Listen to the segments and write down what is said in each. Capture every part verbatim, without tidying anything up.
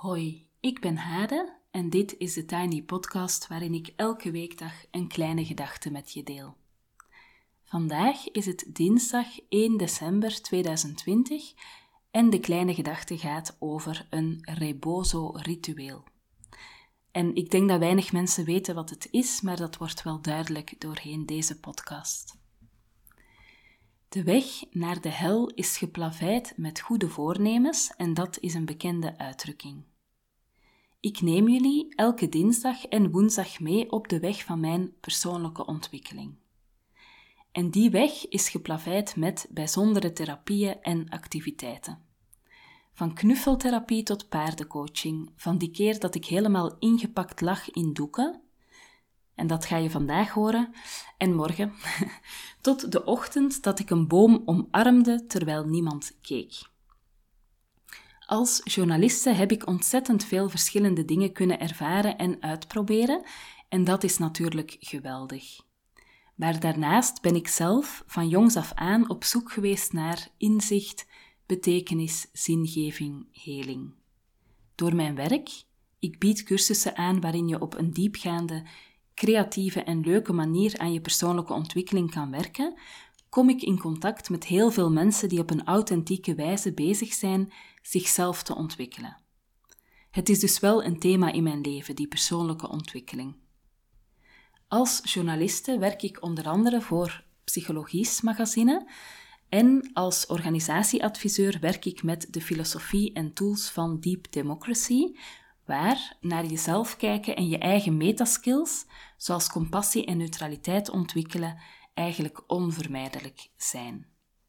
Hoi, ik ben Hade en dit is de Tiny Podcast waarin ik elke weekdag een kleine gedachte met je deel. Vandaag is het dinsdag één december tweeduizend twintig en de kleine gedachte gaat over een rebozo-ritueel. En ik denk dat weinig mensen weten wat het is, maar dat wordt wel duidelijk doorheen deze podcast. De weg naar de hel is geplaveid met goede voornemens en dat is een bekende uitdrukking. Ik neem jullie elke dinsdag en woensdag mee op de weg van mijn persoonlijke ontwikkeling. En die weg is geplaveid met bijzondere therapieën en activiteiten. Van knuffeltherapie tot paardencoaching, van die keer dat ik helemaal ingepakt lag in doeken, en dat ga je vandaag horen, en morgen, tot de ochtend dat ik een boom omarmde terwijl niemand keek. Als journaliste heb ik ontzettend veel verschillende dingen kunnen ervaren en uitproberen, en dat is natuurlijk geweldig. Maar daarnaast ben ik zelf van jongs af aan op zoek geweest naar inzicht, betekenis, zingeving, heling. Door mijn werk, ik bied cursussen aan waarin je op een diepgaande, creatieve en leuke manier aan je persoonlijke ontwikkeling kan werken, kom ik in contact met heel veel mensen die op een authentieke wijze bezig zijn zichzelf te ontwikkelen. Het is dus wel een thema in mijn leven, die persoonlijke ontwikkeling. Als journaliste werk ik onder andere voor Psychologisch magazine en als organisatieadviseur werk ik met de filosofie en tools van Deep Democracy, waar naar jezelf kijken en je eigen metaskills, zoals compassie en neutraliteit ontwikkelen, eigenlijk onvermijdelijk zijn.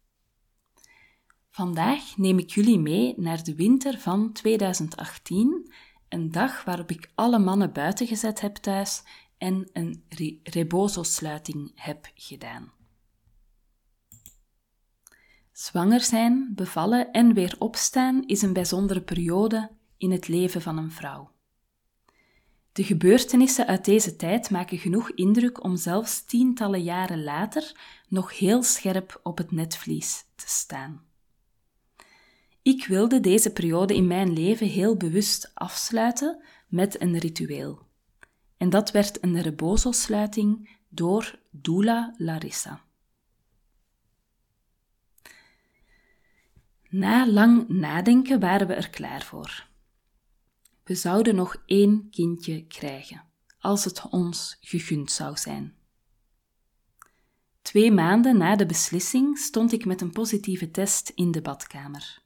Vandaag neem ik jullie mee naar de winter van tweeduizend achttien, een dag waarop ik alle mannen buiten gezet heb thuis en een re- rebozo-sluiting heb gedaan. Zwanger zijn, bevallen en weer opstaan is een bijzondere periode in het leven van een vrouw. De gebeurtenissen uit deze tijd maken genoeg indruk om zelfs tientallen jaren later nog heel scherp op het netvlies te staan. Ik wilde deze periode in mijn leven heel bewust afsluiten met een ritueel. En dat werd een rebozo-sluiting door doula Larissa. Na lang nadenken waren we er klaar voor. We zouden nog één kindje krijgen, als het ons gegund zou zijn. Twee maanden na de beslissing stond ik met een positieve test in de badkamer.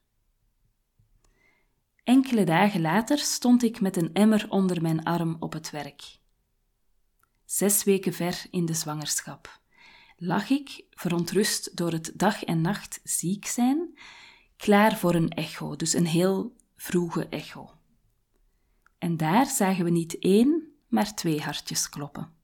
Enkele dagen later stond ik met een emmer onder mijn arm op het werk. Zes weken ver in de zwangerschap lag ik, verontrust door het dag en nacht ziek zijn, klaar voor een echo, dus een heel vroege echo. En daar zagen we niet één, maar twee hartjes kloppen.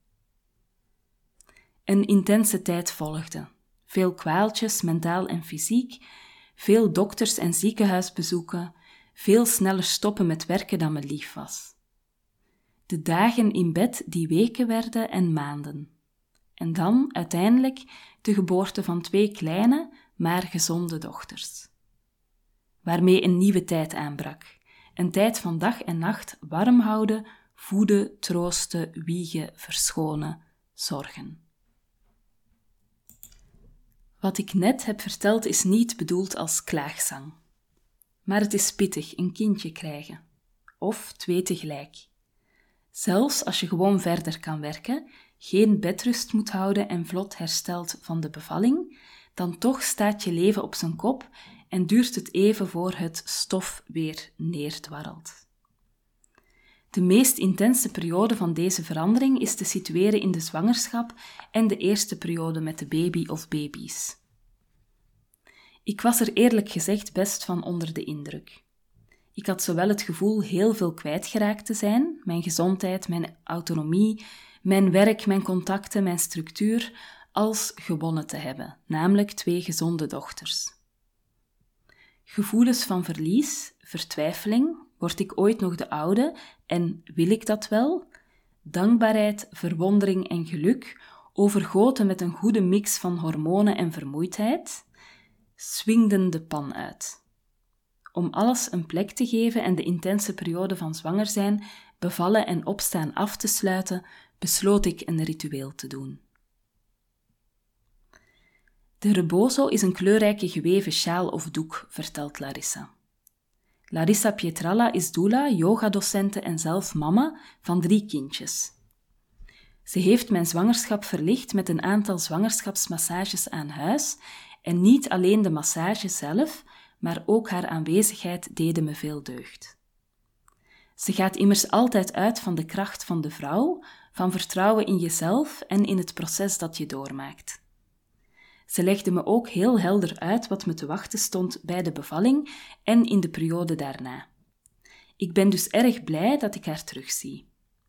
Een intense tijd volgde. Veel kwaaltjes, mentaal en fysiek, veel dokters- en ziekenhuisbezoeken, veel sneller stoppen met werken dan me lief was. De dagen in bed die weken werden en maanden. En dan, uiteindelijk, de geboorte van twee kleine, maar gezonde dochters. Waarmee een nieuwe tijd aanbrak. Een tijd van dag en nacht warm houden, voeden, troosten, wiegen, verschonen, zorgen. Wat ik net heb verteld is niet bedoeld als klaagzang. Maar het is pittig, een kindje krijgen. Of twee tegelijk. Zelfs als je gewoon verder kan werken, geen bedrust moet houden en vlot herstelt van de bevalling, dan toch staat je leven op zijn kop en duurt het even voor het stof weer neerdwarrelt. De meest intense periode van deze verandering is te situeren in de zwangerschap en de eerste periode met de baby of baby's. Ik was er eerlijk gezegd best van onder de indruk. Ik had zowel het gevoel heel veel kwijtgeraakt te zijn, mijn gezondheid, mijn autonomie, mijn werk, mijn contacten, mijn structuur, als gewonnen te hebben, namelijk twee gezonde dochters. Gevoelens van verlies, vertwijfeling, word ik ooit nog de oude en wil ik dat wel? Dankbaarheid, verwondering en geluk, overgoten met een goede mix van hormonen en vermoeidheid, swingden de pan uit. Om alles een plek te geven en de intense periode van zwanger zijn, bevallen en opstaan af te sluiten, besloot ik een ritueel te doen. De rebozo is een kleurrijke geweven sjaal of doek, vertelt Larissa. Larissa Pietralla is doula, yogadocente en zelf mama van drie kindjes. Ze heeft mijn zwangerschap verlicht met een aantal zwangerschapsmassages aan huis en niet alleen de massage zelf, maar ook haar aanwezigheid deden me veel deugd. Ze gaat immers altijd uit van de kracht van de vrouw, van vertrouwen in jezelf en in het proces dat je doormaakt. Ze legde me ook heel helder uit wat me te wachten stond bij de bevalling en in de periode daarna. Ik ben dus erg blij dat ik haar terugzie.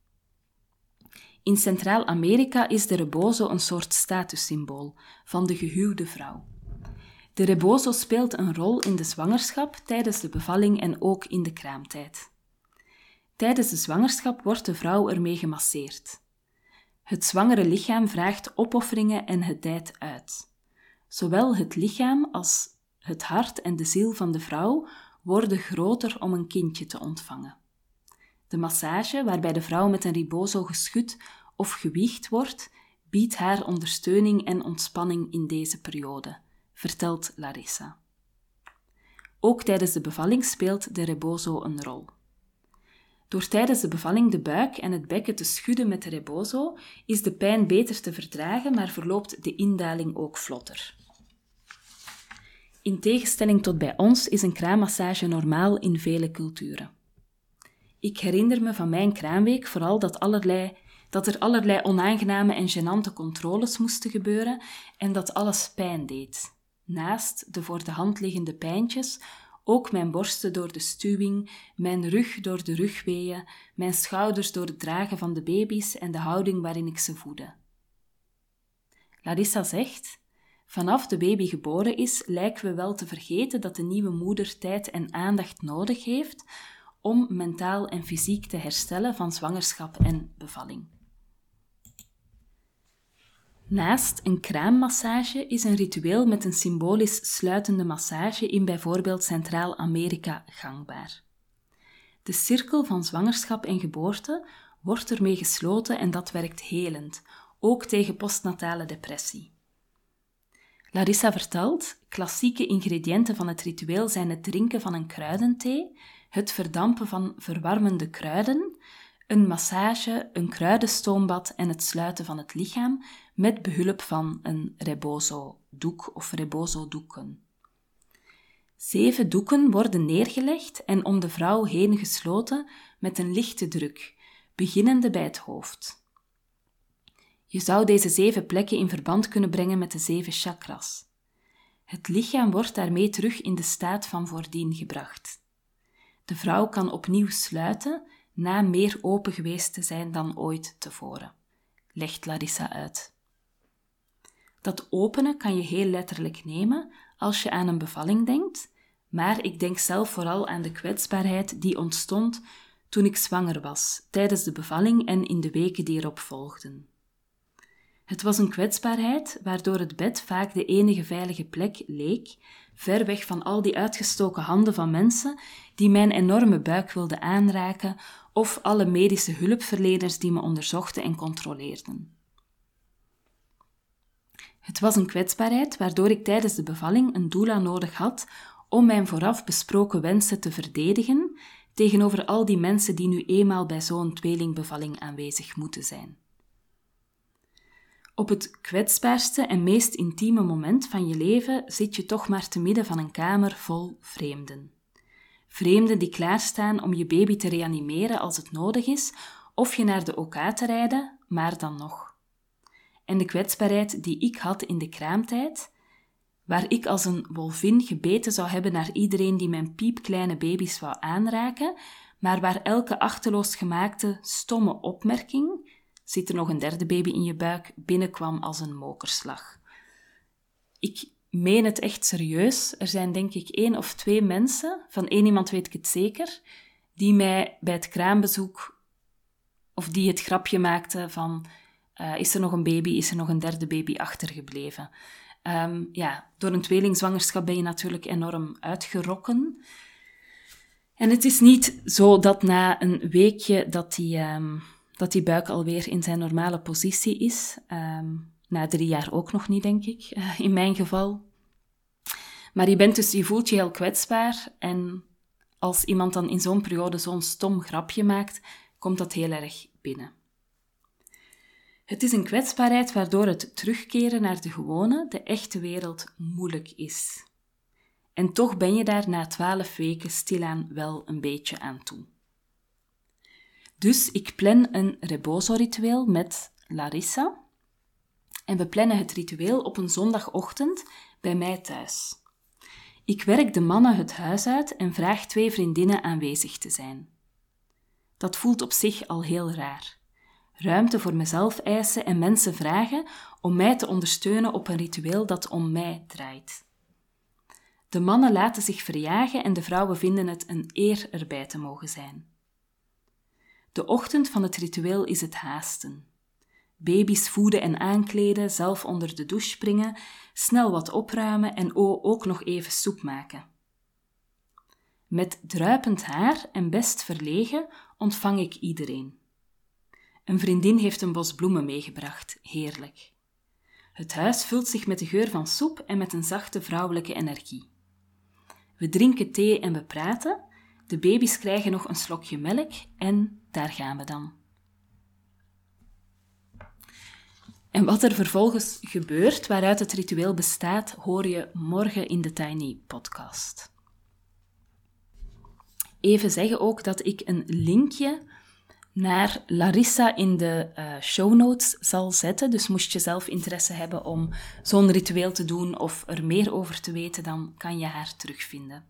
In Centraal-Amerika is de rebozo een soort statussymbool van de gehuwde vrouw. De rebozo speelt een rol in de zwangerschap, tijdens de bevalling en ook in de kraamtijd. Tijdens de zwangerschap wordt de vrouw ermee gemasseerd. Het zwangere lichaam vraagt opofferingen en het dijt uit. Zowel het lichaam als het hart en de ziel van de vrouw worden groter om een kindje te ontvangen. De massage, waarbij de vrouw met een rebozo geschud of gewiegd wordt, biedt haar ondersteuning en ontspanning in deze periode, vertelt Larissa. Ook tijdens de bevalling speelt de rebozo een rol. Door tijdens de bevalling de buik en het bekken te schudden met de rebozo is de pijn beter te verdragen, maar verloopt de indaling ook vlotter. In tegenstelling tot bij ons is een kraammassage normaal in vele culturen. Ik herinner me van mijn kraamweek vooral dat, allerlei, dat er allerlei onaangename en gênante controles moesten gebeuren en dat alles pijn deed. Naast de voor de hand liggende pijntjes ook mijn borsten door de stuwing, mijn rug door de rugweeën, mijn schouders door het dragen van de baby's en de houding waarin ik ze voedde. Larissa zegt: vanaf de baby geboren is, lijken we wel te vergeten dat de nieuwe moeder tijd en aandacht nodig heeft om mentaal en fysiek te herstellen van zwangerschap en bevalling. Naast een kraammassage is een ritueel met een symbolisch sluitende massage in bijvoorbeeld Centraal-Amerika gangbaar. De cirkel van zwangerschap en geboorte wordt ermee gesloten en dat werkt helend, ook tegen postnatale depressie. Larissa vertelt: klassieke ingrediënten van het ritueel zijn het drinken van een kruidenthee, het verdampen van verwarmende kruiden, een massage, een kruidenstoombad en het sluiten van het lichaam met behulp van een rebozo-doek of rebozo-doeken. Zeven doeken worden neergelegd en om de vrouw heen gesloten met een lichte druk, beginnende bij het hoofd. Je zou deze zeven plekken in verband kunnen brengen met de zeven chakras. Het lichaam wordt daarmee terug in de staat van voordien gebracht. De vrouw kan opnieuw sluiten na meer open geweest te zijn dan ooit tevoren, legt Larissa uit. Dat openen kan je heel letterlijk nemen als je aan een bevalling denkt, maar ik denk zelf vooral aan de kwetsbaarheid die ontstond toen ik zwanger was, tijdens de bevalling en in de weken die erop volgden. Het was een kwetsbaarheid waardoor het bed vaak de enige veilige plek leek, ver weg van al die uitgestoken handen van mensen die mijn enorme buik wilden aanraken of alle medische hulpverleners die me onderzochten en controleerden. Het was een kwetsbaarheid waardoor ik tijdens de bevalling een doula nodig had om mijn vooraf besproken wensen te verdedigen tegenover al die mensen die nu eenmaal bij zo'n tweelingbevalling aanwezig moeten zijn. Op het kwetsbaarste en meest intieme moment van je leven zit je toch maar te midden van een kamer vol vreemden. Vreemden die klaarstaan om je baby te reanimeren als het nodig is, of je naar de O K te rijden, maar dan nog. En de kwetsbaarheid die ik had in de kraamtijd, waar ik als een wolvin gebeten zou hebben naar iedereen die mijn piepkleine baby's wou aanraken, maar waar elke achteloos gemaakte, stomme opmerking, zit er nog een derde baby in je buik, binnenkwam als een mokerslag. Ik meen het echt serieus. Er zijn denk ik één of twee mensen, van één iemand weet ik het zeker, die mij bij het kraambezoek, of die het grapje maakten van, uh, is er nog een baby, is er nog een derde baby achtergebleven? Um, ja, door een tweelingzwangerschap ben je natuurlijk enorm uitgerokken. En het is niet zo dat na een weekje dat die, um, dat die buik alweer in zijn normale positie is. Um, na drie jaar ook nog niet, denk ik, uh, in mijn geval. Maar je, bent dus, je voelt je heel kwetsbaar en als iemand dan in zo'n periode zo'n stom grapje maakt, komt dat heel erg binnen. Het is een kwetsbaarheid waardoor het terugkeren naar de gewone, de echte wereld moeilijk is. En toch ben je daar na twaalf weken stilaan wel een beetje aan toe. Dus ik plan een rebozo-ritueel met Larissa. En we plannen het ritueel op een zondagochtend bij mij thuis. Ik werk de mannen het huis uit en vraag twee vriendinnen aanwezig te zijn. Dat voelt op zich al heel raar. Ruimte voor mezelf eisen en mensen vragen om mij te ondersteunen op een ritueel dat om mij draait. De mannen laten zich verjagen en de vrouwen vinden het een eer erbij te mogen zijn. De ochtend van het ritueel is het haasten. Baby's voeden en aankleden, zelf onder de douche springen, snel wat opruimen en ook nog even soep maken. Met druipend haar en best verlegen ontvang ik iedereen. Een vriendin heeft een bos bloemen meegebracht, heerlijk. Het huis vult zich met de geur van soep en met een zachte vrouwelijke energie. We drinken thee en we praten, de baby's krijgen nog een slokje melk en daar gaan we dan. En wat er vervolgens gebeurt, waaruit het ritueel bestaat, hoor je morgen in de Tiny Podcast. Even zeggen ook dat ik een linkje naar Larissa in de uh, show notes zal zetten. Dus moest je zelf interesse hebben om zo'n ritueel te doen of er meer over te weten, dan kan je haar terugvinden.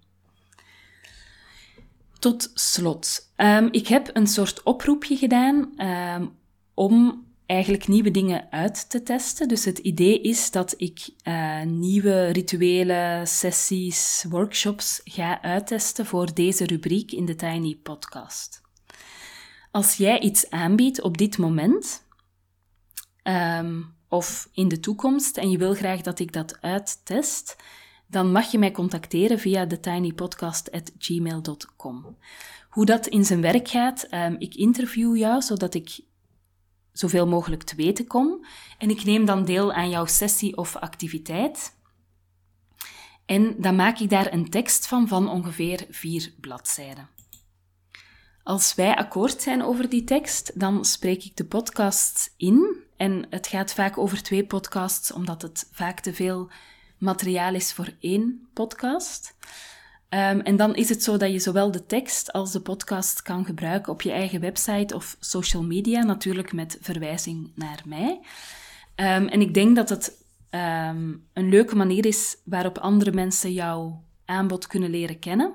Tot slot. Um, ik heb een soort oproepje gedaan um, om eigenlijk nieuwe dingen uit te testen. Dus het idee is dat ik uh, nieuwe rituelen, sessies, workshops ga uittesten voor deze rubriek in de Tiny Podcast. Als jij iets aanbiedt op dit moment, um, of in de toekomst, en je wil graag dat ik dat uittest, dan mag je mij contacteren via thetinypodcast at gmail dot com. Hoe dat in zijn werk gaat, um, ik interview jou, zodat ik zoveel mogelijk te weten kom. En ik neem dan deel aan jouw sessie of activiteit. En dan maak ik daar een tekst van van ongeveer vier bladzijden. Als wij akkoord zijn over die tekst, dan spreek ik de podcasts in. En het gaat vaak over twee podcasts, omdat het vaak te veel materiaal is voor één podcast. Um, en dan is het zo dat je zowel de tekst als de podcast kan gebruiken op je eigen website of social media, natuurlijk met verwijzing naar mij. Um, en ik denk dat het um, een leuke manier is waarop andere mensen jouw aanbod kunnen leren kennen.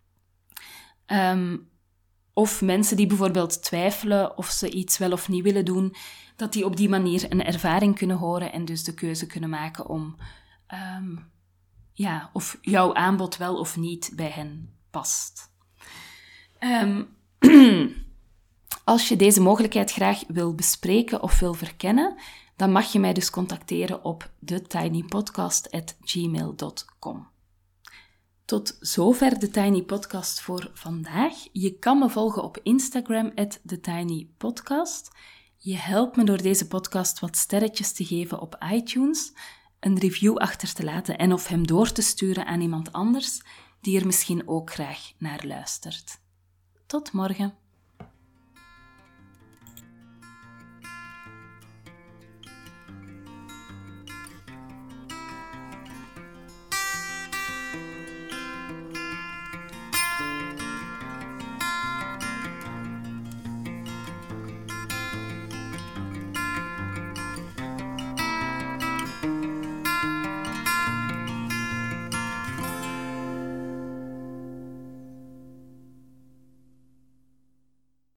Um, of mensen die bijvoorbeeld twijfelen of ze iets wel of niet willen doen, dat die op die manier een ervaring kunnen horen en dus de keuze kunnen maken om Um, ja, of jouw aanbod wel of niet bij hen past. Um, als je deze mogelijkheid graag wil bespreken of wil verkennen, dan mag je mij dus contacteren op thetinypodcast at gmail dot com. Tot zover de Tiny Podcast voor vandaag. Je kan me volgen op Instagram at thetinypodcast. Je helpt me door deze podcast wat sterretjes te geven op iTunes, een review achter te laten en of hem door te sturen aan iemand anders die er misschien ook graag naar luistert. Tot morgen.